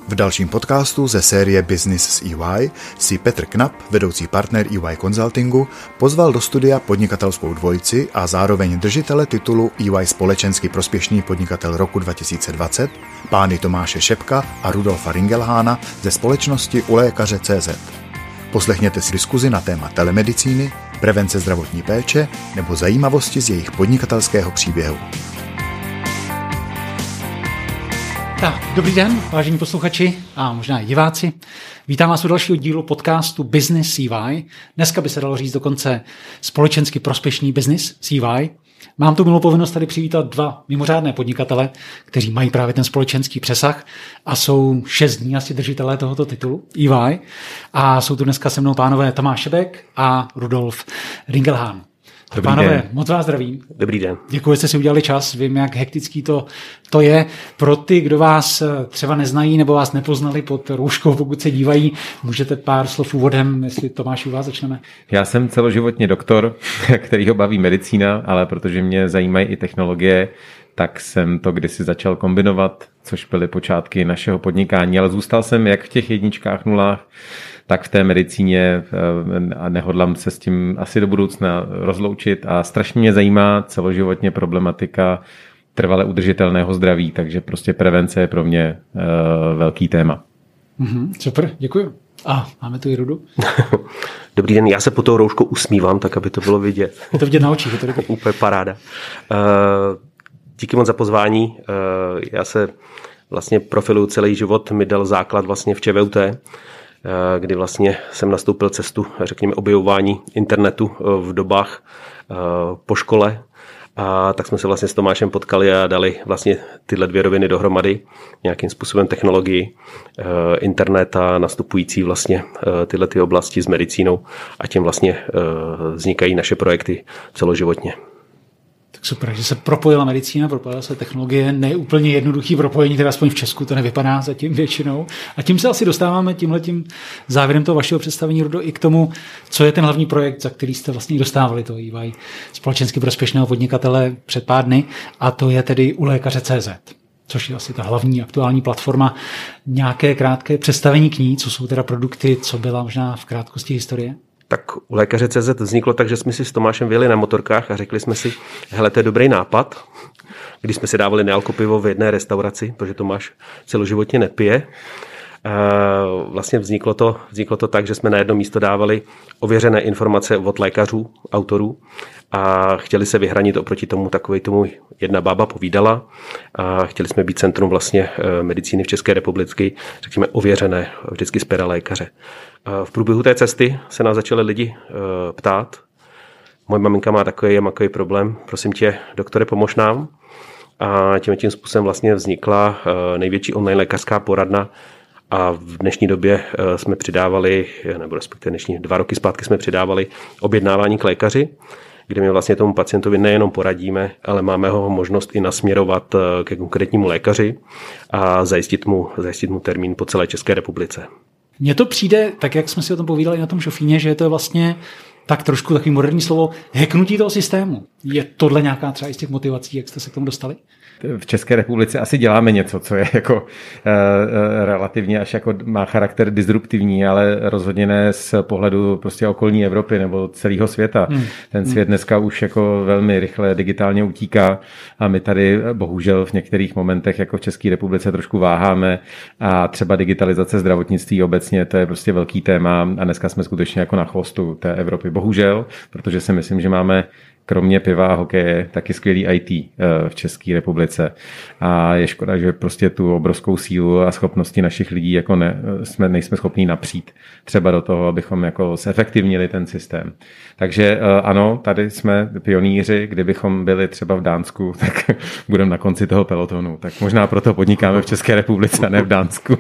V dalším podcastu ze série Business s EY si Petr Knap, vedoucí partner EY Consultingu, pozval do studia podnikatelskou dvojici a zároveň držitele titulu EY společensky prospěšný podnikatel roku 2020, pány Tomáše Šepka a Rudolfa Ringelhána ze společnosti ulékaře.cz. Poslechněte si diskuzi na téma telemedicíny, prevence zdravotní péče nebo zajímavosti z jejich podnikatelského příběhu. Tak, dobrý den, vážení posluchači a možná i diváci. Vítám vás u dalšího dílu podcastu Business CY. Dneska by se dalo říct dokonce společensky prospěšný business CY. Mám tu milou povinnost tady přivítat dva mimořádné podnikatele, kteří mají právě ten společenský přesah a jsou 6 dní asi držitelé tohoto titulu EY. A jsou tu dneska se mnou pánové Tomáš Šebek a Rudolf Ringelhahn. Pánové, moc vás zdravím. Dobrý den. Děkuji, že jste si udělali čas. Vím, jak hektický to je. Pro ty, kdo vás třeba neznají nebo vás nepoznali pod rouškou, pokud se dívají, můžete pár slov úvodem, jestli Tomáš u vás začneme. Já jsem celoživotně doktor, kterýho baví medicína, ale protože mě zajímají i technologie, tak jsem to kdysi začal kombinovat, což byly počátky našeho podnikání, ale zůstal jsem jak v těch jedničkách, nulách, tak v té medicíně a nehodlám se s tím asi do budoucna rozloučit a strašně mě zajímá celoživotně problematika trvale udržitelného zdraví, takže prostě prevence je pro mě velký téma. Super, děkuji. A máme tu i Rudu. Dobrý den, já se pod tou rouškou usmívám, tak aby to bylo vidět. Je to vidět na očích. Je to vidět. Úplně paráda. Díky moc za pozvání. Já se vlastně profiluju celý život, mi dal základ vlastně v ČVUT, kdy vlastně jsem nastoupil cestu, řekněme, objevování internetu v dobách po škole. A tak jsme se vlastně s Tomášem potkali a dali vlastně tyhle dvě roviny dohromady, nějakým způsobem technologii, internet a nastupující vlastně tyhle ty oblasti s medicínou a tím vlastně vznikají naše projekty celoživotně. Tak super, že se propojila medicína, propojila se technologie, ne úplně jednoduchý propojení, teda aspoň v Česku to nevypadá zatím většinou. A tím se asi dostáváme tímhletím závěrem toho vašeho představení, Rudo, i k tomu, co je ten hlavní projekt, za který jste vlastně dostávali to EY společensky prospěšného podnikatele před pár dny, a to je tedy ulékaře.cz, což je asi ta hlavní aktuální platforma. Nějaké krátké představení k ní, co jsou teda produkty, co byla možná v krátkosti historie? Tak u lékaře.cz vzniklo tak, že jsme si s Tomášem vyjeli na motorkách a řekli jsme si, hele, to je dobrý nápad, když jsme si dávali nealkopivo v jedné restauraci, protože Tomáš celoživotně nepije. Vlastně vzniklo to tak, že jsme na jedno místo dávali ověřené informace od lékařů, autorů a chtěli se vyhranit oproti tomu tomu jedna bába povídala a chtěli jsme být centrum vlastně medicíny v České republice, řekněme ověřené vždycky z pera lékaře. V průběhu té cesty se nás začali lidi ptát, moje maminka má takový problém, prosím tě, doktore, pomož nám. A tím způsobem vlastně vznikla největší online lékařská poradna. A v dnešní době jsme přidávali, nebo respektive 2 roky zpátky jsme přidávali objednávání k lékaři, kde my vlastně tomu pacientovi nejenom poradíme, ale máme ho možnost i nasměrovat ke konkrétnímu lékaři a zajistit mu termín po celé České republice. Mně to přijde, tak jak jsme si o tom povídali na tom šofíně, že je to vlastně tak trošku takový moderní slovo, hacknutí toho systému. Je tohle nějaká třeba i z těch motivací, jak jste se k tomu dostali? V České republice asi děláme něco, co je jako relativně až jako má charakter disruptivní, ale rozhodně ne z pohledu prostě okolní Evropy nebo celého světa. Ten svět dneska už jako velmi rychle digitálně utíká a my tady bohužel v některých momentech jako v České republice trošku váháme a třeba digitalizace zdravotnictví obecně, to je prostě velký téma a dneska jsme skutečně jako na chvostu té Evropy. Bohužel, protože si myslím, že máme kromě piva a hokeje taky skvělý IT v České republice. A je škoda, že prostě tu obrovskou sílu a schopnosti našich lidí jako nejsme schopní napřít třeba do toho, abychom jako zefektivnili ten systém. Takže ano, tady jsme pionýři, kdybychom byli třeba v Dánsku, tak budeme na konci toho pelotonu. Tak možná proto podnikáme v České republice a ne v Dánsku.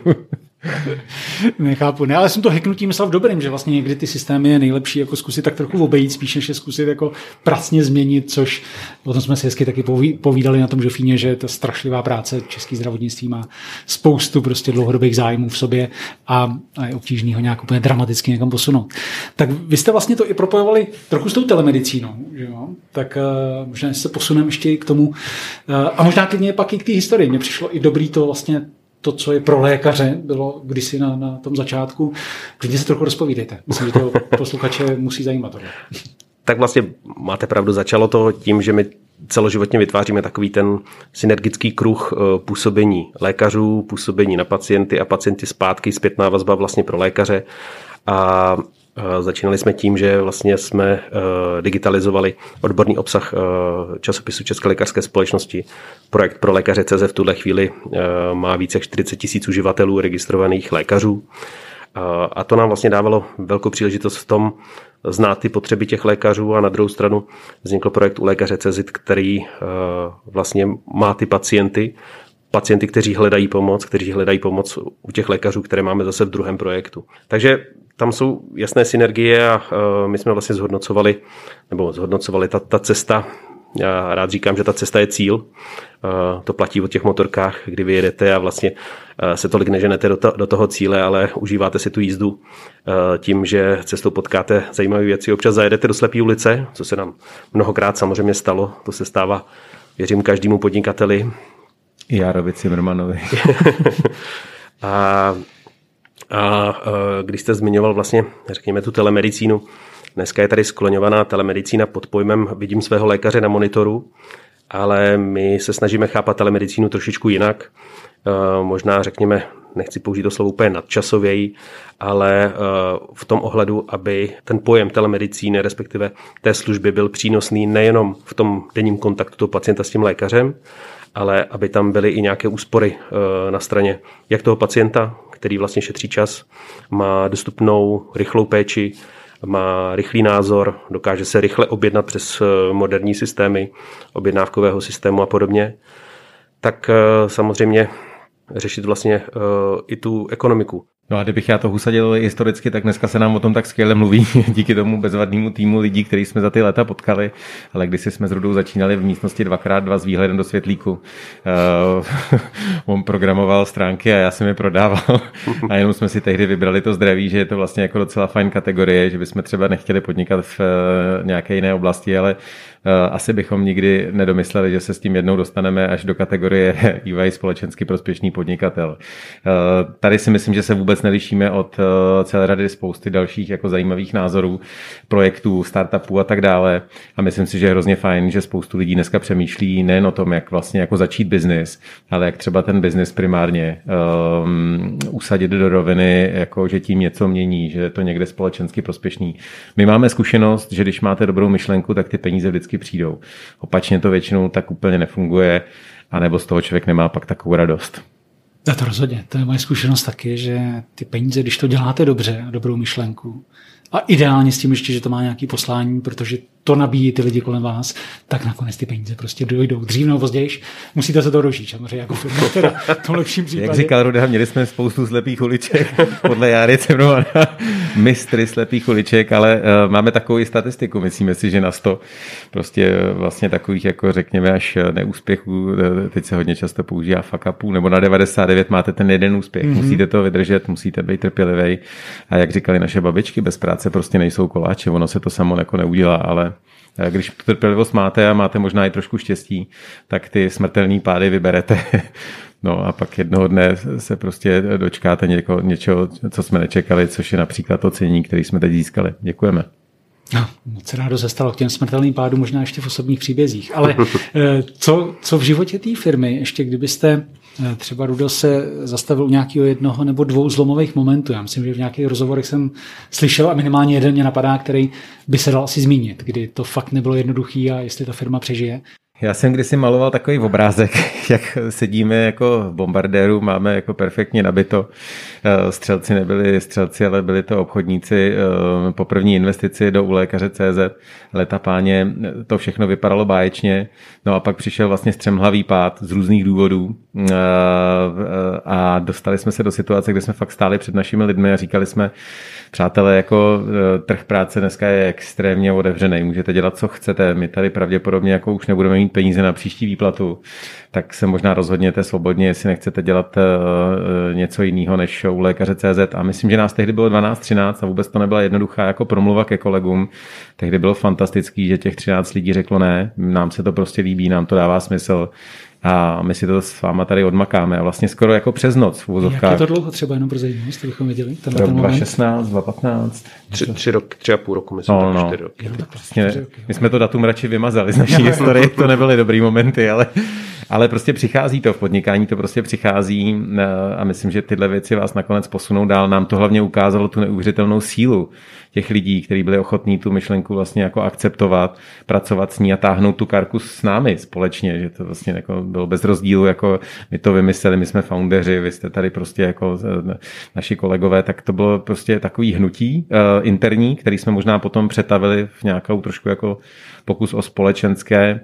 Nechápu. Ne, ale jsem to hacknutí myslel v dobrým, že vlastně někdy ty systémy je nejlepší jako zkusit tak trochu obejít, spíš než je zkusit jako pracně změnit, což o tom jsme si hezky taky povídali na tom žofíně, že ta strašlivá práce český zdravotnictví má spoustu prostě dlouhodobých zájmů v sobě a je obtížný ho nějak úplně dramaticky někam posunout. Tak vy jste vlastně to i propojovali trochu s tou telemedicínou, že jo? Tak možná se posuneme ještě k tomu a možná klidně pak i k té historii. Mně přišlo i dobrý to vlastně to, co je pro lékaře, bylo kdysi na tom začátku. Klidně se trochu rozpovídejte. Myslím, že to posluchače musí zajímat tohle. Tak vlastně máte pravdu, začalo to tím, že my celoživotně vytváříme takový ten synergický kruh působení lékařů, působení na pacienty a pacienty zpátky, zpětná vazba vlastně pro lékaře. A začínali jsme tím, že vlastně jsme digitalizovali odborný obsah časopisu České lékařské společnosti. Projekt pro lékaře CZ v tuhle chvíli má více jak 40 000 uživatelů registrovaných lékařů. A to nám vlastně dávalo velkou příležitost v tom znát ty potřeby těch lékařů a na druhou stranu vznikl projekt u lékaře CZ, který vlastně má ty pacienty, kteří hledají pomoc u těch lékařů, které máme zase v druhém projektu. Takže tam jsou jasné synergie a my jsme vlastně zhodnocovali ta cesta. Já rád říkám, že ta cesta je cíl. To platí o těch motorkách, kdy vy jedete a vlastně se tolik neženete do toho cíle, ale užíváte si tu jízdu tím, že cestou potkáte zajímavé věci. Občas zajedete do slepé ulice, co se nám mnohokrát samozřejmě stalo. To se stává, věřím, každému podnikateli. I Járovi Cimrmanovi. A když jste zmiňoval vlastně, řekněme, tu telemedicínu, dneska je tady skloňovaná telemedicína pod pojmem vidím svého lékaře na monitoru, ale my se snažíme chápat telemedicínu trošičku jinak. Možná, řekněme, nechci použít to slovo úplně nadčasověji, ale v tom ohledu, aby ten pojem telemedicíny, respektive té služby, byl přínosný nejenom v tom denním kontaktu toho pacienta s tím lékařem, ale aby tam byly i nějaké úspory na straně jak toho pacienta, který vlastně šetří čas, má dostupnou rychlou péči, má rychlý názor, dokáže se rychle objednat přes moderní systémy objednávkového systému a podobně, tak samozřejmě řešit vlastně i tu ekonomiku. No a kdybych já to usadil historicky, tak dneska se nám o tom tak skvěle mluví díky tomu bezvadnému týmu lidí, který jsme za ty léta potkali, ale když jsme s Rudou začínali v místnosti 2x2 s výhledem do světlíku. On programoval stránky a já jsem je prodával a jenom jsme si tehdy vybrali to zdraví, že je to vlastně jako docela fajn kategorie, že bychom třeba nechtěli podnikat v nějaké jiné oblasti, ale asi bychom nikdy nedomysleli, že se s tím jednou dostaneme až do kategorie EY společensky prospěšný podnikatel. Tady si myslím, že se vůbec nelišíme od celé rady spousty dalších jako zajímavých názorů, projektů, startupů a tak dále. A myslím si, že je hrozně fajn, že spoustu lidí dneska přemýšlí nejen o tom, jak vlastně jako začít biznis, ale jak třeba ten biznis primárně usadit do roviny, jako že tím něco mění, že je to někde společensky prospěšný. My máme zkušenost, že když máte dobrou myšlenku, tak ty peníze vždycky přijdou. Opačně to většinou tak úplně nefunguje, anebo z toho člověk nemá pak takovou radost. Já to rozhodně. To je moje zkušenost taky, že ty peníze, když to děláte dobře a dobrou myšlenku a ideálně s tím ještě, že to má nějaké poslání, protože to nabíjí ty lidi kolem vás, tak nakonec ty peníze prostě dojdou. Dřív nebo později musíte se to dožít, samozřejmě jako firma, teda v tom lepším případě. Jak říkal Ruda, měli jsme spoustu slepých uliček, podle Járy Cimrmana, mistry slepých uliček, ale máme takovou i statistiku, myslíme si, že na 100 prostě vlastně takových, jako řekněme, až neúspěchů, teď se hodně často používá fuck upů, nebo na 99 máte ten jeden úspěch. Musíte to vydržet, musíte být trpělivý. A jak říkali naše babičky, bez práce prostě nejsou koláče, ono se to samo jako neudělá, ale když trpělivost máte a máte možná i trošku štěstí, tak ty smrtelný pády vyberete. No a pak jednoho dne se prostě dočkáte něčeho, co jsme nečekali, což je například ocenění, který jsme teď získali. Děkujeme. No, moc rádo se stalo k těm smrtelným pádům, možná ještě v osobních příbězích. Ale co v životě té firmy, ještě kdybyste třeba, Rudo, se zastavil u nějakého jednoho nebo dvou zlomových momentů. Já myslím, že v nějakých rozhovorech jsem slyšel a minimálně jeden mě napadá, který by se dal asi zmínit, kdy to fakt nebylo jednoduchý a jestli ta firma přežije. Já jsem kdysi maloval takový obrázek, jak sedíme jako v bombardéru, máme jako perfektně nabito. Střelci nebyli střelci, ale byli to obchodníci po první investici do ulékaře CZ. Leta páně, to všechno vypadalo báječně. No a pak přišel vlastně střemhlavý pád z různých důvodů a dostali jsme se do situace, kde jsme fakt stáli před našimi lidmi a říkali jsme, přátelé, jako trh práce dneska je extrémně otevřený, můžete dělat, co chcete, my tady pravděpodobně jako už nebudeme mít peníze na příští výplatu, tak se možná rozhodněte svobodně, jestli nechcete dělat něco jiného než u lékaře CZ. A myslím, že nás tehdy bylo 12-13 a vůbec to nebyla jednoduchá jako promluva ke kolegům. Tehdy bylo fantastický, že těch 13 lidí řeklo ne, nám se to prostě líbí, nám to dává smysl. a my si to s váma tady odmakáme a vlastně skoro jako přes noc v uvozovkách. Jak je to dlouho třeba jenom pro zajímavost, to bychom viděli? Rok 2016, 2015. 3,5 roku, myslím, tak 4 roky. Přesně, my jsme to datum radši vymazali z naší historie, to nebyly dobrý momenty, ale prostě přichází to v podnikání, to prostě přichází a myslím, že tyhle věci vás nakonec posunou dál. Nám to hlavně ukázalo tu neuvěřitelnou sílu těch lidí, kteří byli ochotní tu myšlenku vlastně jako akceptovat, pracovat s ní a táhnout tu karku s námi společně, že to vlastně jako bylo bez rozdílu, jako my to vymysleli, my jsme foundeři, vy jste tady prostě jako naši kolegové, tak to bylo prostě takový hnutí interní, který jsme možná potom přetavili v nějakou trošku jako pokus o společenské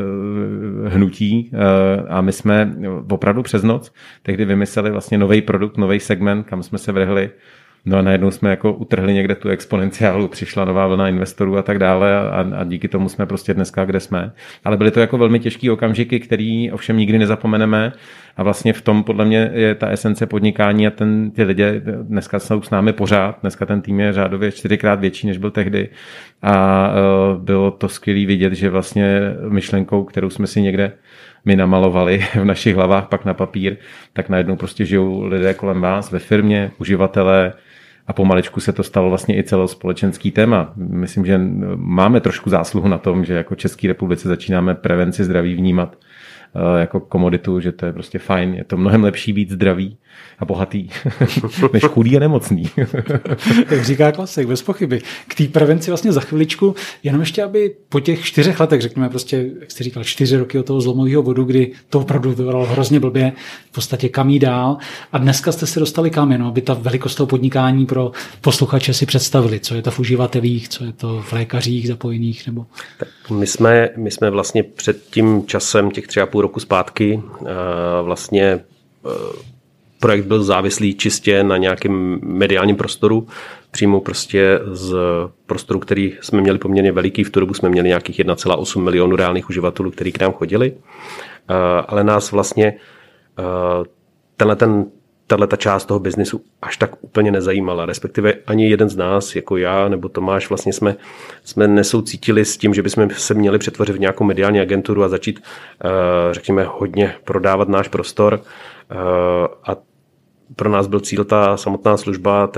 hnutí a my jsme opravdu přes noc tehdy vymysleli vlastně nový produkt, nový segment, kam jsme se vrhli. No a najednou jsme jako utrhli někde tu exponenciálu, přišla nová vlna investorů a tak dále a díky tomu jsme prostě dneska, kde jsme. Ale byly to jako velmi těžké okamžiky, který ovšem nikdy nezapomeneme a vlastně v tom podle mě je ta esence podnikání a ty lidé dneska jsou s námi pořád. Dneska ten tým je řádově 4x větší, než byl tehdy a bylo to skvělé vidět, že vlastně myšlenkou, kterou jsme si někde my namalovali v našich hlavách pak na papír, tak najednou prostě žijou lidé kolem vás ve firmě, uživatelé a pomaličku se to stalo vlastně i celospolečenský téma. Myslím, že máme trošku zásluhu na tom, že jako České republice začínáme prevenci zdraví vnímat jako komoditu, že to je prostě fajn. Je to mnohem lepší být zdravý a bohatý, než chudý a nemocný. Jak říká klasik, bez pochyby. K té prevenci vlastně za chviličku, jenom ještě, aby po těch 4 letech, řekněme prostě, jak jste říkal, 4 roky od toho zlomového bodu, kdy to opravdu vypadalo hrozně blbě, v podstatě kam jí dál. A dneska jste se dostali kam, jenom aby ta velikost toho podnikání pro posluchače si představili, co je to v uživatelích, co je to v lékařích zapojených, nebo... Tak my jsme vlastně před tím časem, těch 3,5 roku zpátky, vlastně projekt byl závislý čistě na nějakém mediálním prostoru, přímo prostě z prostoru, který jsme měli poměrně veliký, v tu dobu jsme měli nějakých 1,8 milionu reálných uživatelů, kteří k nám chodili, ale nás vlastně tato část toho biznisu až tak úplně nezajímala, respektive ani jeden z nás, jako já nebo Tomáš, vlastně jsme nesoucítili s tím, že bychom se měli přetvořit v nějakou mediální agenturu a začít, řekněme, hodně prodávat náš prostor a pro nás byl cíl ta samotná služba,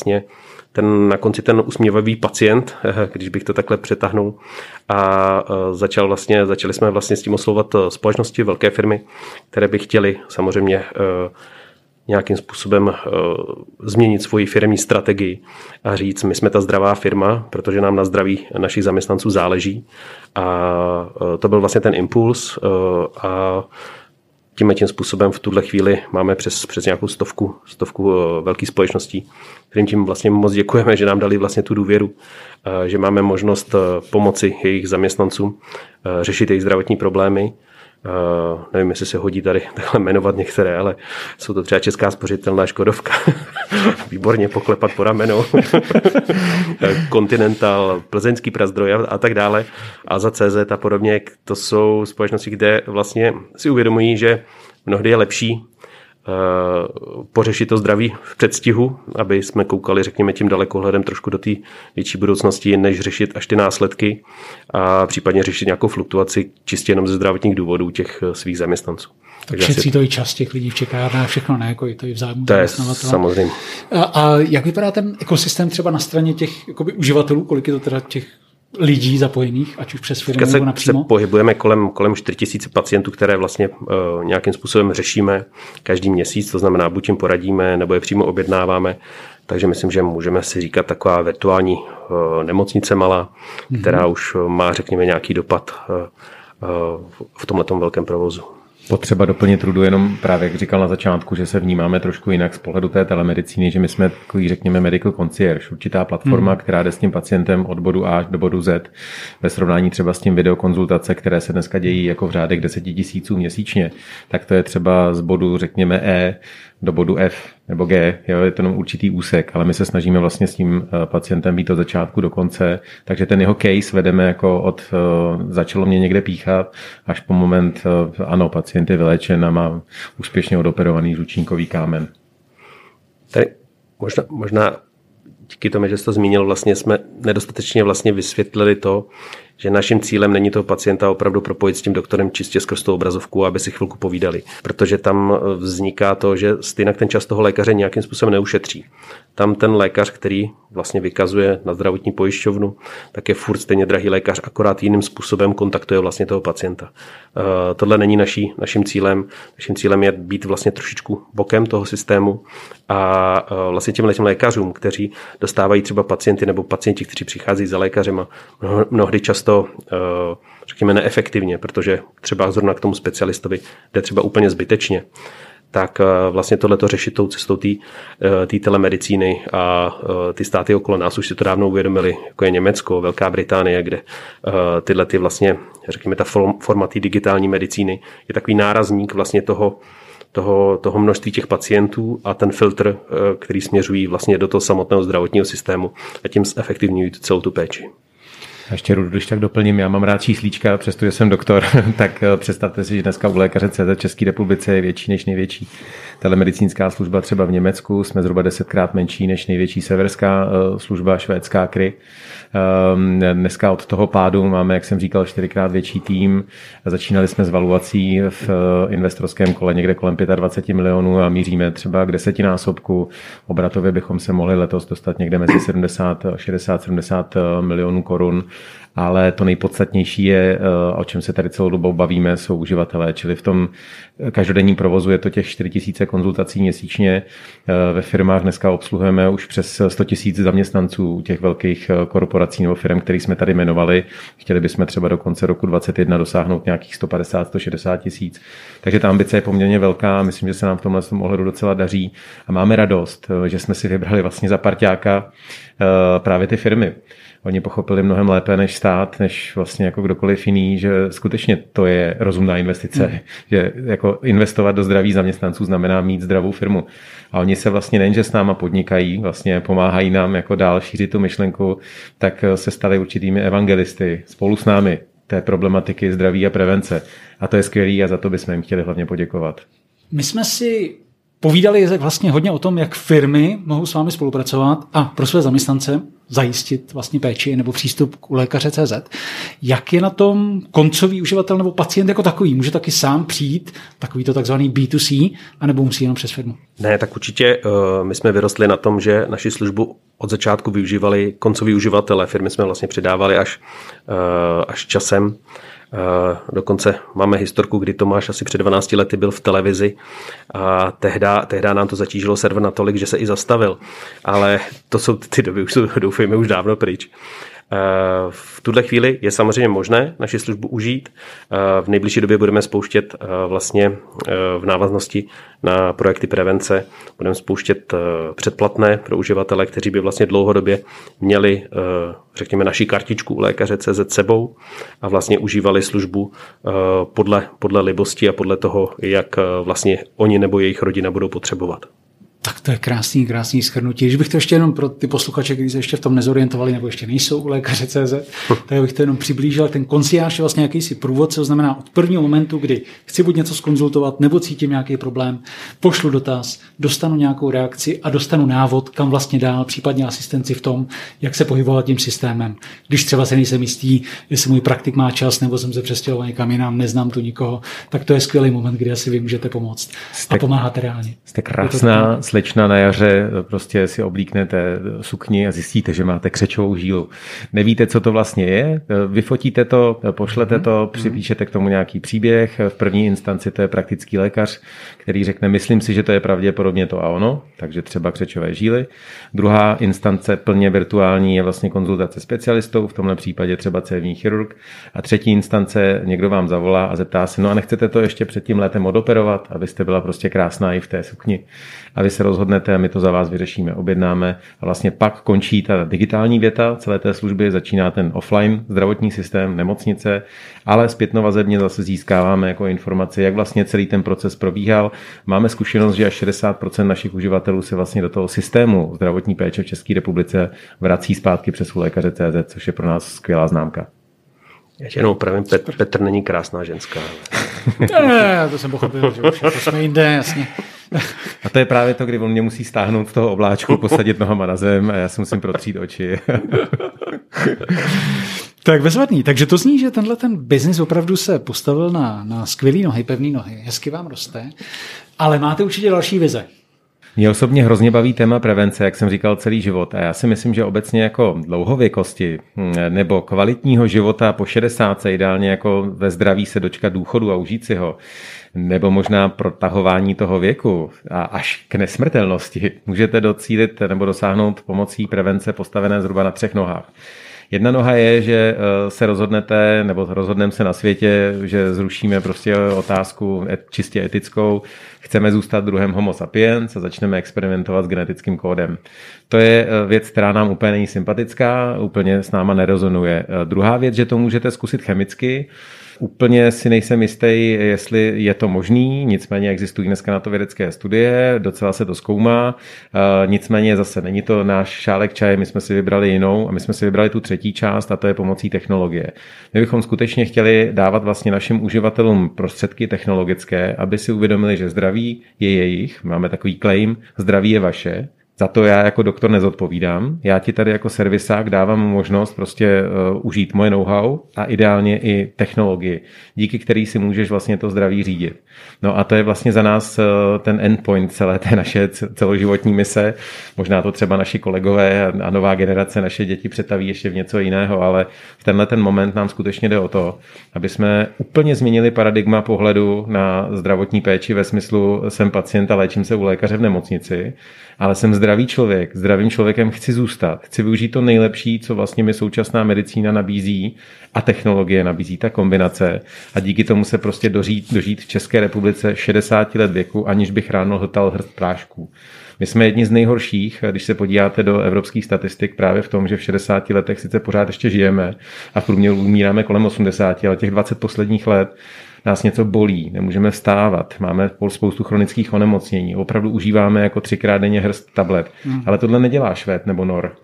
na konci ten usměvavý pacient, když bych to takhle přetáhnul, a začali jsme vlastně s tím oslovovat společnosti, velké firmy, které by chtěly samozřejmě nějakým způsobem změnit svoji firemní strategii a říct, my jsme ta zdravá firma, protože nám na zdraví našich zaměstnanců záleží. A to byl vlastně ten impuls a tím způsobem v tuhle chvíli máme přes nějakou stovku velkých společností, kterým tím vlastně moc děkujeme, že nám dali vlastně tu důvěru, že máme možnost pomoci jejich zaměstnancům řešit jejich zdravotní problémy. Nevím, jestli se hodí tady takhle jmenovat některé, ale jsou to třeba Česká spořitelná, Škodovka, výborně poklepat po ramenu, Continental, Plzeňský Prazdroj a tak dále, a za CZ a podobně. To jsou společnosti, kde vlastně si uvědomují, že mnohdy je lepší pořešit to zdraví v předstihu, aby jsme koukali, řekněme, tím dalekohledem trošku do té větší budoucnosti, než řešit až ty následky a případně řešit nějakou fluktuaci čistě jenom ze zdravotních důvodů těch svých zaměstnanců. Tak šetří to i čas těch lidí v čekárnách, všechno, ne? Jako i to i v zájmu zaměstnavatele. Samozřejmě. A jak vypadá ten ekosystém třeba na straně těch jakoby uživatelů, kolik je to teda těch lidí zapojených, ať už přes firmy nebo napřímo? Se pohybujeme kolem 4 000 pacientů, které vlastně nějakým způsobem řešíme každý měsíc, to znamená, buď jim poradíme, nebo je přímo objednáváme. Takže myslím, že můžeme si říkat taková virtuální nemocnice malá, která už má, řekněme, nějaký dopad v tomhletom velkém provozu. Potřeba doplnit Rudu jenom právě, jak říkal na začátku, že se vnímáme trošku jinak z pohledu té telemedicíny, že my jsme takový, řekněme, medical concierge, určitá platforma, která jde s tím pacientem od bodu A do bodu Z, ve srovnání třeba s tím videokonzultace, které se dneska dějí jako v řádech 10 000 měsíčně, tak to je třeba z bodu, řekněme, E do bodu F nebo G, jo, je to jenom určitý úsek, ale my se snažíme vlastně s tím pacientem být od začátku do konce, takže ten jeho case vedeme jako od začalo mě někde píchat až po moment, ano, pacient je vyléčen a má úspěšně odoperovaný žlučníkový kámen. Tady možná díky tomu, že jsi to zmínil, vlastně jsme nedostatečně vlastně vysvětlili to, že naším cílem není toho pacienta opravdu propojit s tím doktorem čistě skrz tu obrazovku, aby si chvilku povídali, protože tam vzniká to, že stejně ten čas toho lékaře nějakým způsobem neušetří. Tam ten lékař, který vlastně vykazuje na zdravotní pojišťovnu, tak je furt stejně drahý lékař, akorát jiným způsobem kontaktuje vlastně toho pacienta. Tohle není naším cílem. Naším cílem je být vlastně trošičku bokem toho systému a vlastně těm lékařům, kteří dostávají třeba pacienty nebo pacienti, kteří přichází za lékařem, mnohdy často řekněme neefektivně, protože třeba zrovna k tomu specialistovi jde třeba úplně zbytečně, tak vlastně tohleto řešit tou cestou té telemedicíny a ty státy okolo nás už si to dávno uvědomili, jako je Německo, Velká Británie, kde tyhle ty vlastně, řekněme, ta forma té digitální medicíny je takový nárazník vlastně toho množství těch pacientů a ten filtr, který směřují vlastně do toho samotného zdravotního systému a tím zefektivňují celou tu péči. A ještě Rudu, když tak doplním, já mám rád číslíčka, přestože jsem doktor, tak představte si, že dneska u lékaře.cz v České republice je větší než největší telemedicínská služba třeba v Německu, jsme zhruba 10krát menší než největší severská služba švédská KRY. Dneska od toho pádu máme, jak jsem říkal, 4krát větší tým. Začínali jsme s valuací v investorském kole někde kolem 25 milionů a míříme třeba k 10násobku. Obratově bychom se mohli letos dostat někde mezi 60-70 milionů korun. Ale to nejpodstatnější je, o čem se tady celou dobu bavíme, jsou uživatelé, čili v tom každodenním provozu je to těch 4 000 konzultací měsíčně. Ve firmách dneska obsluhujeme už přes 100 000 zaměstnanců těch velkých korporací nebo firm, které jsme tady jmenovali. Chtěli bychom třeba do konce roku 2021 dosáhnout nějakých 150-160 tisíc. Takže ta ambice je poměrně velká a myslím, že se nám v tomhle ohledu docela daří. A máme radost, že jsme si vybrali vlastně za parťáka právě ty firmy. Oni pochopili mnohem lépe než stát, než vlastně jako kdokoliv jiný, že skutečně to je rozumná investice. Že jako investovat do zdraví zaměstnanců znamená mít zdravou firmu. A oni se vlastně nejenže s náma podnikají, vlastně pomáhají nám jako dál šířit tu myšlenku, tak se stali určitými evangelisty spolu s námi té problematiky zdraví a prevence. A to je skvělý a za to bychom jim chtěli hlavně poděkovat. My jsme si povídali vlastně hodně o tom, jak firmy mohou s vámi spolupracovat a pro své zaměstnance zajistit vlastně péči nebo přístup k lékaře.cz. Jak je na tom koncový uživatel nebo pacient jako takový? Může taky sám přijít, takovýto takzvaný B2C, anebo musí jenom přes firmu? Ne, tak určitě my jsme vyrostli na tom, že naši službu od začátku využívali koncoví uživatelé. Firmy jsme vlastně přidávali až časem. Dokonce máme historku, kdy Tomáš asi před 12 lety byl v televizi a tehdy nám to zatížilo server natolik, že se i zastavil. Ale to jsou ty doby, už jsou, doufejme, už dávno pryč. V tuhle chvíli je samozřejmě možné naši službu užít. V nejbližší době budeme spouštět vlastně v návaznosti na projekty prevence, budeme spouštět předplatné pro uživatele, kteří by vlastně dlouhodobě měli, řekněme, naši kartičku u lékaře.cz sebou a vlastně užívali službu podle libosti a podle toho, jak vlastně oni nebo jejich rodina budou potřebovat. Tak to je krásný shrnutí. Když bych to ještě jenom pro ty posluchače, kteří se ještě v tom nezorientovali nebo ještě nejsou u lékaře.cz, tak bych to jenom přiblížil. Ten konciář je vlastně jakýsi průvodce, to znamená od prvního momentu, kdy chci buď něco zkonzultovat nebo cítím nějaký problém, pošlu dotaz, dostanu nějakou reakci a dostanu návod, kam vlastně dál, případně asistenci v tom, jak se pohybovat tím systémem. Když třeba se nejsem jistý, jestli můj praktik má čas nebo jsem se přestěhoval někam jinam, neznám tu nikoho, tak to je skvělý moment, kdy asi vy můžete pomoct a pomáhat reálně. Jste krásná slečna na jaře, prostě si oblíknete sukni a zjistíte, že máte křečovou žílu. Nevíte, co to vlastně je, vyfotíte to, pošlete to, připíšete k tomu nějaký příběh. V první instanci to je praktický lékař, který řekne, myslím si, že to je pravděpodobně to a ono, takže třeba křečové žíly. Druhá instance plně virtuální je vlastně konzultace specialistou, v tomhle případě třeba cévní chirurg. A třetí instance někdo vám zavolá a zeptá se, no a nechcete to ještě před tím létem odoperovat, abyste byla prostě krásná i v té sukni. A vy se rozhodnete a my to za vás vyřešíme, objednáme a vlastně pak končí ta digitální věta celé té služby, začíná ten offline zdravotní systém, nemocnice, ale zpětnovazebně zase získáváme jako informaci, jak vlastně celý ten proces probíhal. Máme zkušenost, že až 60% našich uživatelů se vlastně do toho systému zdravotní péče v České republice vrací zpátky přes lékaře.cz, což je pro nás skvělá známka. Já tě jenom opravím, Petr není krásná ženská. Ne, to jsem pochopil, že už jako jsme jinde, jasně. A to je právě to, kdy on mě musí stáhnout z toho obláčku, posadit nohama na zem a já si musím protřít oči. Tak bezvadný. Takže to zní, že tenhle ten biznis opravdu se postavil na skvělý nohy, pevný nohy. Hezky vám roste. Ale máte určitě další vize. Mě osobně hrozně baví téma prevence, jak jsem říkal, celý život. A já si myslím, že obecně jako dlouhověkosti nebo kvalitního života po 60, ideálně jako ve zdraví se dočkat důchodu a užít si ho, nebo možná protahování toho věku a až k nesmrtelnosti můžete docílit nebo dosáhnout pomocí prevence postavené zhruba na 3 nohách. Jedna noha je, že se rozhodnete, nebo rozhodneme se na světě, že zrušíme prostě otázku čistě etickou, chceme zůstat druhem homo sapiens a začneme experimentovat s genetickým kódem. To je věc, která nám úplně není sympatická, úplně s náma nerezonuje. Druhá věc, že to můžete zkusit chemicky. Úplně si nejsem jistý, jestli je to možný, nicméně existují dneska na to vědecké studie, docela se to zkoumá, nicméně zase není to náš šálek čaje, my jsme si vybrali jinou a my jsme si vybrali tu třetí část a to je pomocí technologie. My bychom skutečně chtěli dávat vlastně našim uživatelům prostředky technologické, aby si uvědomili, že zdraví je jejich, máme takový claim, zdraví je vaše. Za to já jako doktor nezodpovídám. Já ti tady jako servisák dávám možnost prostě užít moje know-how a ideálně i technologii, díky který si můžeš vlastně to zdraví řídit. No a to je vlastně za nás ten endpoint celé té naše celoživotní mise. Možná to třeba naši kolegové a nová generace, naše děti přetaví ještě v něco jiného, ale v tenhle ten moment nám skutečně jde o to, aby jsme úplně změnili paradigma pohledu na zdravotní péči ve smyslu jsem pacient a léčím se u lékaře v nemocnici, ale jsem zdravý člověk, zdravým člověkem chci zůstat, chci využít to nejlepší, co vlastně mi současná medicína nabízí a technologie nabízí, ta kombinace a díky tomu se prostě dožít v České republice 60 let věku, aniž bych ráno hltal hrst prášků. My jsme jedni z nejhorších, když se podíváte do evropských statistik, právě v tom, že v 60 letech sice pořád ještě žijeme a v průměru umíráme kolem 80, ale těch 20 posledních let nás něco bolí, nemůžeme vstávat, máme spoustu chronických onemocnění, opravdu užíváme jako 3krát denně hrst tablet, ale tohle nedělá Švéd nebo Nor.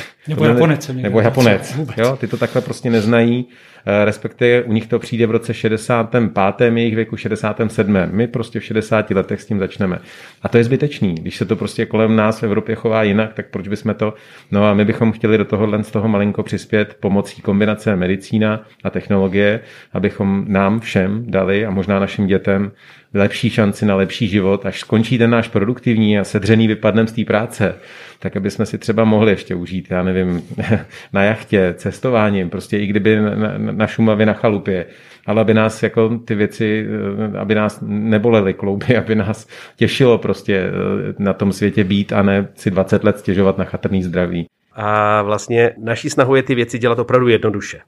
Nebo Japonec. Jo, ty to takhle prostě neznají, respektive u nich to přijde v roce 65. jejich věku, 67. My prostě v 60 letech s tím začneme. A to je zbytečný. Když se to prostě kolem nás v Evropě chová jinak, tak proč bychom to... No a my bychom chtěli do tohohle z toho malinko přispět pomocí kombinace medicína a technologie, abychom nám všem dali a možná našim dětem lepší šanci na lepší život, až skončí ten náš produktivní a sedřený vypadnem z té práce, tak aby jsme si třeba mohli ještě užít, já nevím, na jachtě, cestováním, prostě i kdyby na Šumavě, na chalupě, ale aby nás jako ty věci, aby nás nebolely klouby, aby nás těšilo prostě na tom světě být a ne si 20 let stěžovat na chatrný zdraví. A vlastně naší snahou je ty věci dělat opravdu jednoduše.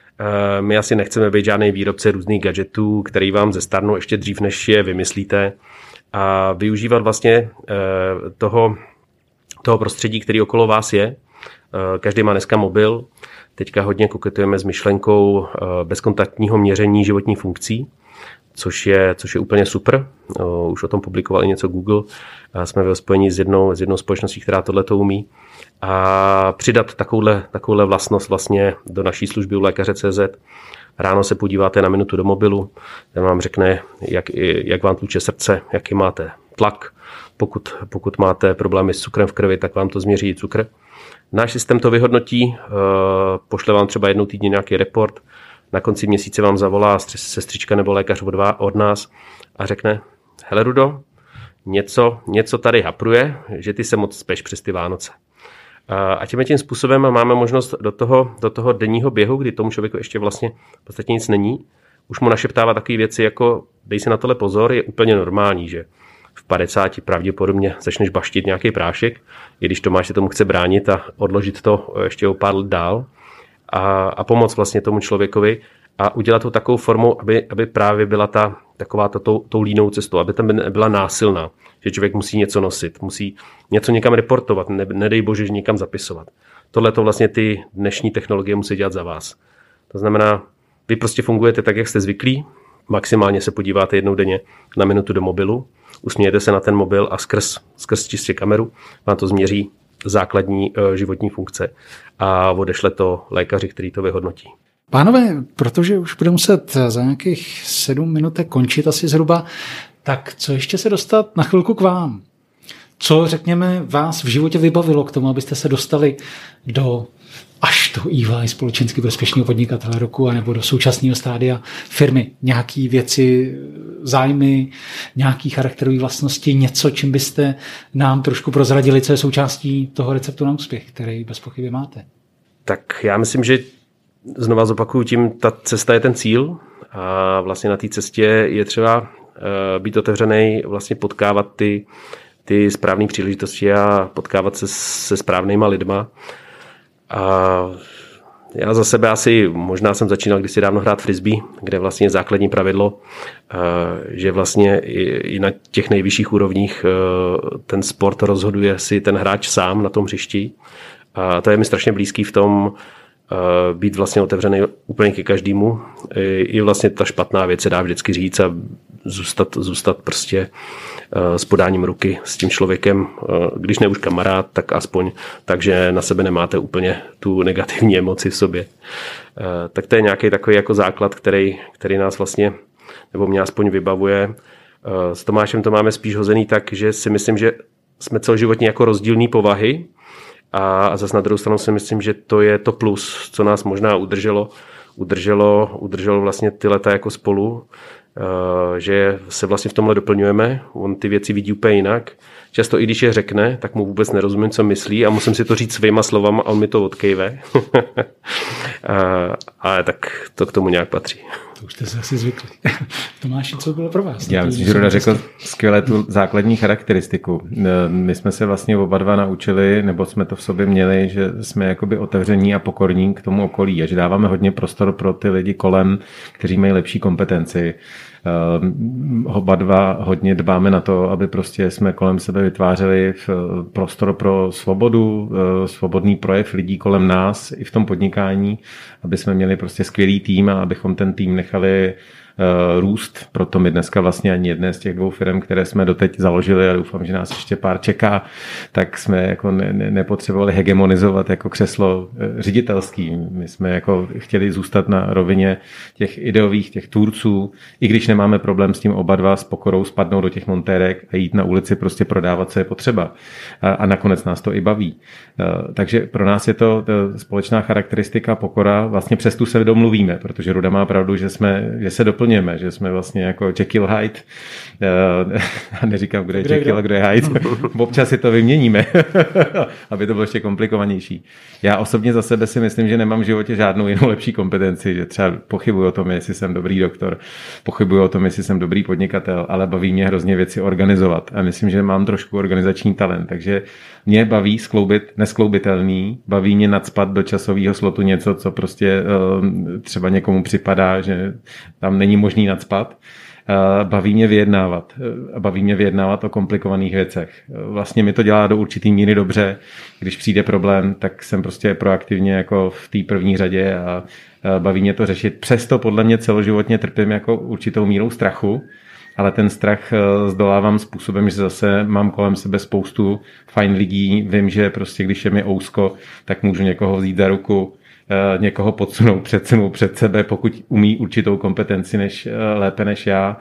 My asi nechceme být žádný výrobce různých gadgetů, který vám zestárnou ještě dřív, než je vymyslíte, a využívat vlastně toho prostředí, který okolo vás je. Každý má dneska mobil. Teďka hodně koketujeme s myšlenkou bezkontaktního měření životních funkcí, což je úplně super. Už o tom publikoval i něco Google. Jsme ve spojení s jednou společností, která tohleto umí. A přidat takovouhle vlastnost vlastně do naší služby u lékaře.cz. Ráno se podíváte na minutu do mobilu, ten vám řekne, jak vám tluče srdce, jaký máte tlak. Pokud máte problémy s cukrem v krvi, tak vám to změří i cukr. Náš systém to vyhodnotí, pošle vám třeba jednou týdně nějaký report, na konci měsíce vám zavolá sestřička nebo lékař od nás a řekne, hele Rudo, něco tady hapruje, že ty se moc speš přes ty Vánoce. A tím způsobem máme možnost do toho denního běhu, kdy tomu člověku ještě vlastně v podstatě nic není, už mu našeptává takové věci jako dej si na tohle pozor, je úplně normální, že v 50 pravděpodobně začneš baštit nějaký prášek, i když Tomáš se tomu chce bránit a odložit to ještě o pár let dál a pomoct vlastně tomu člověkovi a udělat to takovou formou, aby právě byla taková tou línou cestou, aby tam byla násilná, že člověk musí něco nosit, musí něco někam reportovat, nedej bože, že někam zapisovat. Tohle to vlastně ty dnešní technologie musí dělat za vás. To znamená, vy prostě fungujete tak, jak jste zvyklí, maximálně se podíváte jednou denně na minutu do mobilu, usmějete se na ten mobil a skrz čistě kameru vám to změří základní životní funkce a odešle to lékaři, který to vyhodnotí. Pánové, protože už bude muset za nějakých 7 minutek končit asi zhruba, tak co ještě se dostat na chvilku k vám? Co, řekněme, vás v životě vybavilo k tomu, abyste se dostali do až toho EY, společensky prospěšného podnikatele roku, anebo do současného stádia firmy? Nějaké věci, zájmy, nějaké charakterové vlastnosti, něco, čím byste nám trošku prozradili, co je součástí toho receptu na úspěch, který bez pochyby máte? Tak já myslím, že znova zopakuju tím, ta cesta je ten cíl a vlastně na té cestě je třeba být otevřený, vlastně potkávat ty správné příležitosti a potkávat se se správnýma lidma. A já za sebe možná jsem začínal kdysi dávno hrát frisbee, kde vlastně základní pravidlo, že vlastně i na těch nejvyšších úrovních ten sport rozhoduje si ten hráč sám na tom hřišti. A to je mi strašně blízký v tom být vlastně otevřený úplně ke každému. I vlastně ta špatná věc se dá vždycky říct a zůstat prostě s podáním ruky s tím člověkem, když ne už kamarád, tak aspoň takže na sebe nemáte úplně tu negativní emoci v sobě. Tak to je nějaký takový jako základ, který nás vlastně, nebo mě aspoň vybavuje. S Tomášem to máme spíš hozený tak, že si myslím, že jsme celoživotně jako rozdílné povahy a zase na druhou stranu si myslím, že to je to plus, co nás možná udrželo vlastně ty leta jako spolu, že se vlastně v tomhle doplňujeme, on ty věci vidí úplně jinak. Často i když je řekne, tak mu vůbec nerozumím, co myslí a musím si to říct svýma slovama a on mi to odkejve. Ale tak to k tomu nějak patří. To už jste se asi zvykli. Tomáši, co bylo pro vás? Já myslím, že Ruda řekl skvěle tu základní charakteristiku. My jsme se vlastně oba dva naučili, nebo jsme to v sobě měli, že jsme jakoby otevření a pokorní k tomu okolí a že dáváme hodně prostor pro ty lidi kolem, kteří mají lepší kompetenci. Oba dva hodně dbáme na to, aby prostě jsme kolem sebe vytvářeli prostor pro svobodu, svobodný projev lidí kolem nás i v tom podnikání, aby jsme měli prostě skvělý tým a abychom ten tým nechali růst. Proto my dneska vlastně ani jedné z těch 2 firm, které jsme doteď založili a doufám, že nás ještě pár čeká, tak jsme jako nepotřebovali hegemonizovat jako křeslo ředitelský. My jsme jako chtěli zůstat na rovině těch ideových, těch tvůrců, i když nemáme problém s tím oba dva s pokorou spadnout do těch montérek a jít na ulici prostě prodávat, co je potřeba. A nakonec nás to i baví. Takže pro nás je to společná charakteristika pokora. Vlastně přes tu se domluvíme, protože Ruda má pravdu, že se doplňujeme, že jsme vlastně jako Jekyll Hyde. Neříkám, kdo je Jekyll a kdo je Hyde. Občas si to vyměníme, aby to bylo ještě komplikovanější. Já osobně za sebe si myslím, že nemám v životě žádnou jinou lepší kompetenci, že třeba pochybuji o tom, jestli jsem dobrý doktor, pochybuji o tom, jestli jsem dobrý podnikatel, ale baví mě hrozně věci organizovat a myslím, že mám trošku organizační talent, takže mě baví skloubit neskloubitelný, baví mě nacpat do časového slotu něco, co prostě třeba někomu připadá, že tam není možný nacpat. Baví mě vyjednávat. Baví mě vyjednávat o komplikovaných věcech. Vlastně mi to dělá do určitý míry dobře. Když přijde problém, tak jsem prostě proaktivně jako v té první řadě a baví mě to řešit. Přesto podle mě celoživotně trpím jako určitou mírou strachu, ale ten strach zdolávám způsobem, že zase mám kolem sebe spoustu fajn lidí. Vím, že prostě když je mi ousko, tak můžu někoho vzít za ruku, někoho podsunout před sebe, pokud umí určitou kompetenci lépe než já.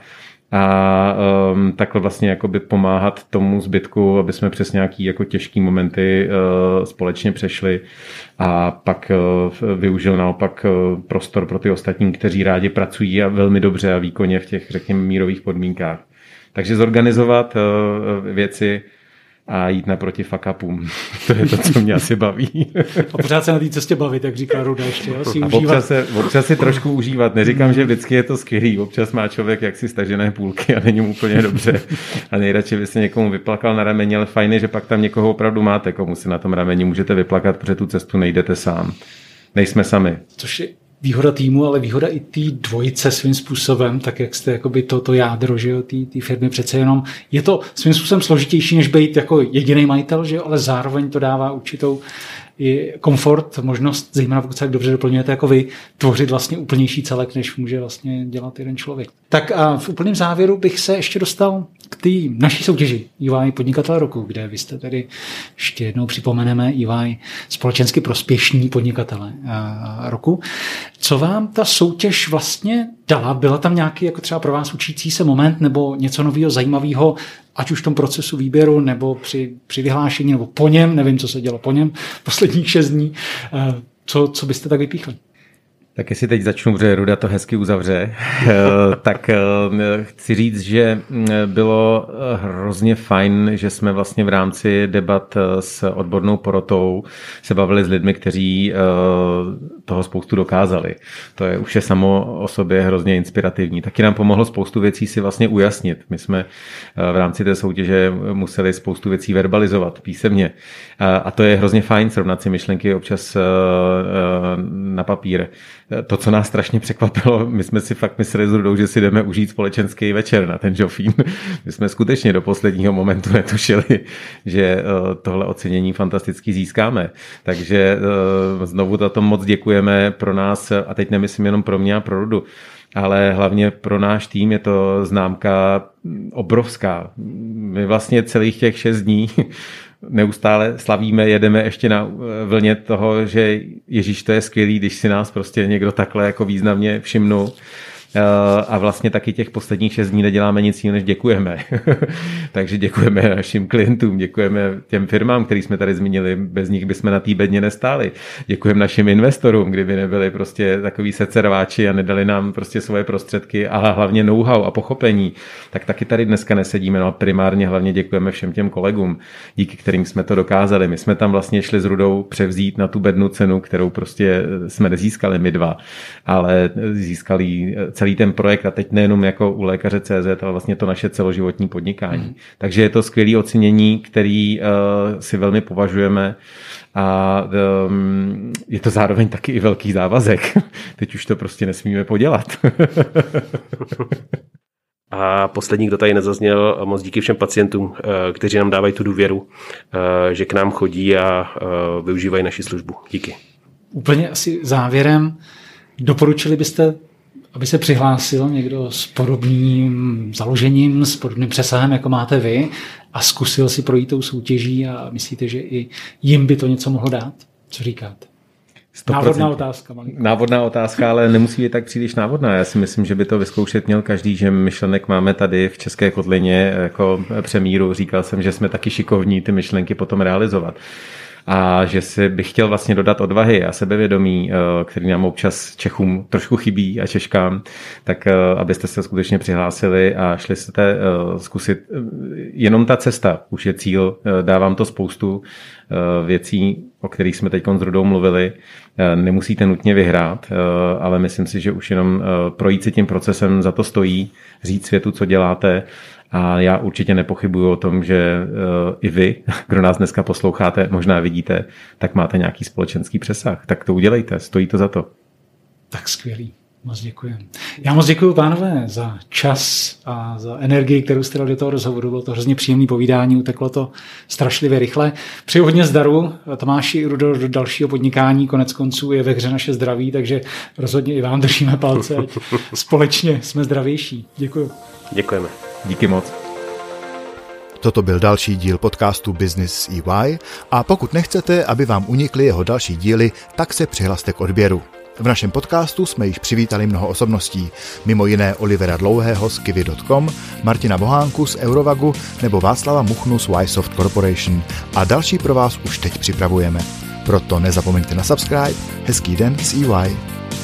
A takhle vlastně jakoby pomáhat tomu zbytku, aby jsme přes nějaký jako těžký momenty společně přešli a pak využil naopak prostor pro ty ostatní, kteří rádi pracují a velmi dobře a výkonně v těch, řekněme, mírových podmínkách. Takže zorganizovat věci a jít naproti fuck upům. To je to, co mě asi baví. A pořád se na té cestě bavit, jak říká Ruda ještě. A občas si trošku užívat. Neříkám, že vždycky je to skvělý. Občas má člověk jaksi stažené půlky a není mu úplně dobře. A nejradši by se někomu vyplakal na rameni, ale fajn je, že pak tam někoho opravdu máte, komu se na tom rameni můžete vyplakat, protože tu cestu nejdete sám. Nejsme sami. Což je výhoda týmu, ale výhoda i té dvojice svým způsobem, tak jak jste jakoby to jádro, že jo, té firmy přece jenom. Je to svým způsobem složitější, než být jako jediný majitel, že jo, ale zároveň to dává určitou i komfort, možnost, zejména pokud se tak dobře doplňujete jako vy, tvořit vlastně úplnější celek, než může vlastně dělat jeden člověk. Tak a v úplném závěru bych se ještě dostal k té naší soutěži EY Podnikatel roku, kde vy jste tedy, ještě jednou připomeneme, EY společensky prospěšní podnikatele roku. Co vám ta soutěž vlastně dala? Byla tam nějaký jako třeba pro vás učící se moment nebo něco nového, zajímavého, ať už v tom procesu výběru, nebo při vyhlášení, nebo po něm, nevím, co se dělo po něm, posledních 6 dní. Co byste tak vypíchli? Tak jestli teď začnu, protože Ruda to hezky uzavře, tak chci říct, že bylo hrozně fajn, že jsme vlastně v rámci debat s odbornou porotou se bavili s lidmi, kteří toho spoustu dokázali. To je už je samo o sobě hrozně inspirativní. Taky nám pomohlo spoustu věcí si vlastně ujasnit. My jsme v rámci té soutěže museli spoustu věcí verbalizovat písemně. A to je hrozně fajn srovnat si myšlenky občas na papír. To, co nás strašně překvapilo, my jsme si fakt mysleli s Rudou, že si jdeme užít společenský večer na ten Žofín. My jsme skutečně do posledního momentu netušili, že tohle ocenění fantasticky získáme. Takže znovu za to moc děkujeme pro nás, a teď nemyslím jenom pro mě a pro Rudu, ale hlavně pro náš tým je to známka obrovská. My vlastně celých těch 6 dní neustále slavíme, jedeme ještě na vlně toho, že Ježíš, to je skvělý, když si nás prostě někdo takhle jako významně všimnul. A vlastně taky těch posledních 6 dní neděláme nic jiného, než děkujeme. Takže děkujeme našim klientům, děkujeme těm firmám, který jsme tady zmínili, bez nich bychom na té bedně nestáli. Děkujeme našim investorům, kdyby nebyli prostě takový secerváči a nedali nám prostě svoje prostředky, ale hlavně know-how a pochopení, tak taky tady dneska nesedíme, no a primárně hlavně děkujeme všem těm kolegům, díky kterým jsme to dokázali. My jsme tam vlastně šli s Rudou převzít na tu bednu cenu, kterou prostě jsme nezískali my dva, ale získali celý ten projekt, a teď nejenom jako u lékaře.cz, ale vlastně to naše celoživotní podnikání. Takže je to skvělé ocenění, který si velmi považujeme, a je to zároveň taky i velký závazek. Teď už to prostě nesmíme podělat. A poslední, kdo tady nezazněl, moc díky všem pacientům, kteří nám dávají tu důvěru, že k nám chodí a využívají naši službu. Díky. Úplně asi závěrem, doporučili byste, aby se přihlásil někdo s podobným založením, s podobným přesahem, jako máte vy, a zkusil si projít tou soutěží, a myslíte, že i jim by to něco mohlo dát? Co říkáte? 100%. Návodná otázka. Malinko. Návodná otázka, ale nemusí být tak příliš návodná. Já si myslím, že by to vyzkoušet měl každý, že myšlenek máme tady v České kotlině jako přemíru. Říkal jsem, že jsme taky šikovní ty myšlenky potom realizovat. A že si bych chtěl vlastně dodat odvahy a sebevědomí, který nám občas Čechům trošku chybí a Češkám, tak abyste se skutečně přihlásili a šli jste zkusit. Jenom ta cesta už je cíl, dávám to spoustu věcí, o kterých jsme teď s Rudou mluvili. Nemusíte nutně vyhrát, ale myslím si, že už jenom projít si tím procesem za to stojí, říct světu, co děláte. A já určitě nepochybuju o tom, že i vy, kdo nás dneska posloucháte, možná vidíte, tak máte nějaký společenský přesah. Tak to udělejte, stojí to za to. Tak skvělý. Moc děkuji. Já moc děkuji, pánové, za čas a za energii, kterou jste dali do toho rozhovoru. Bylo to hrozně příjemné povídání, uteklo to strašlivě rychle. Přeju hodně zdaru, Tomáši, Rudo, do dalšího podnikání. Konec konců je ve hře naše zdraví, takže rozhodně i vám držíme palce. Společně jsme zdravější. Děkuji. Děkujeme. Díky moc. Toto byl další díl podcastu Business EY, a pokud nechcete, aby vám unikly jeho další díly, tak se přihlaste k odběru. V našem podcastu jsme již přivítali mnoho osobností, mimo jiné Olivera Dlouhého z Kiwi.com, Martina Bohánku z Eurovagu nebo Václava Muchnu z Ysoft Corporation, a další pro vás už teď připravujeme. Proto nezapomeňte na subscribe. Hezký den z EY.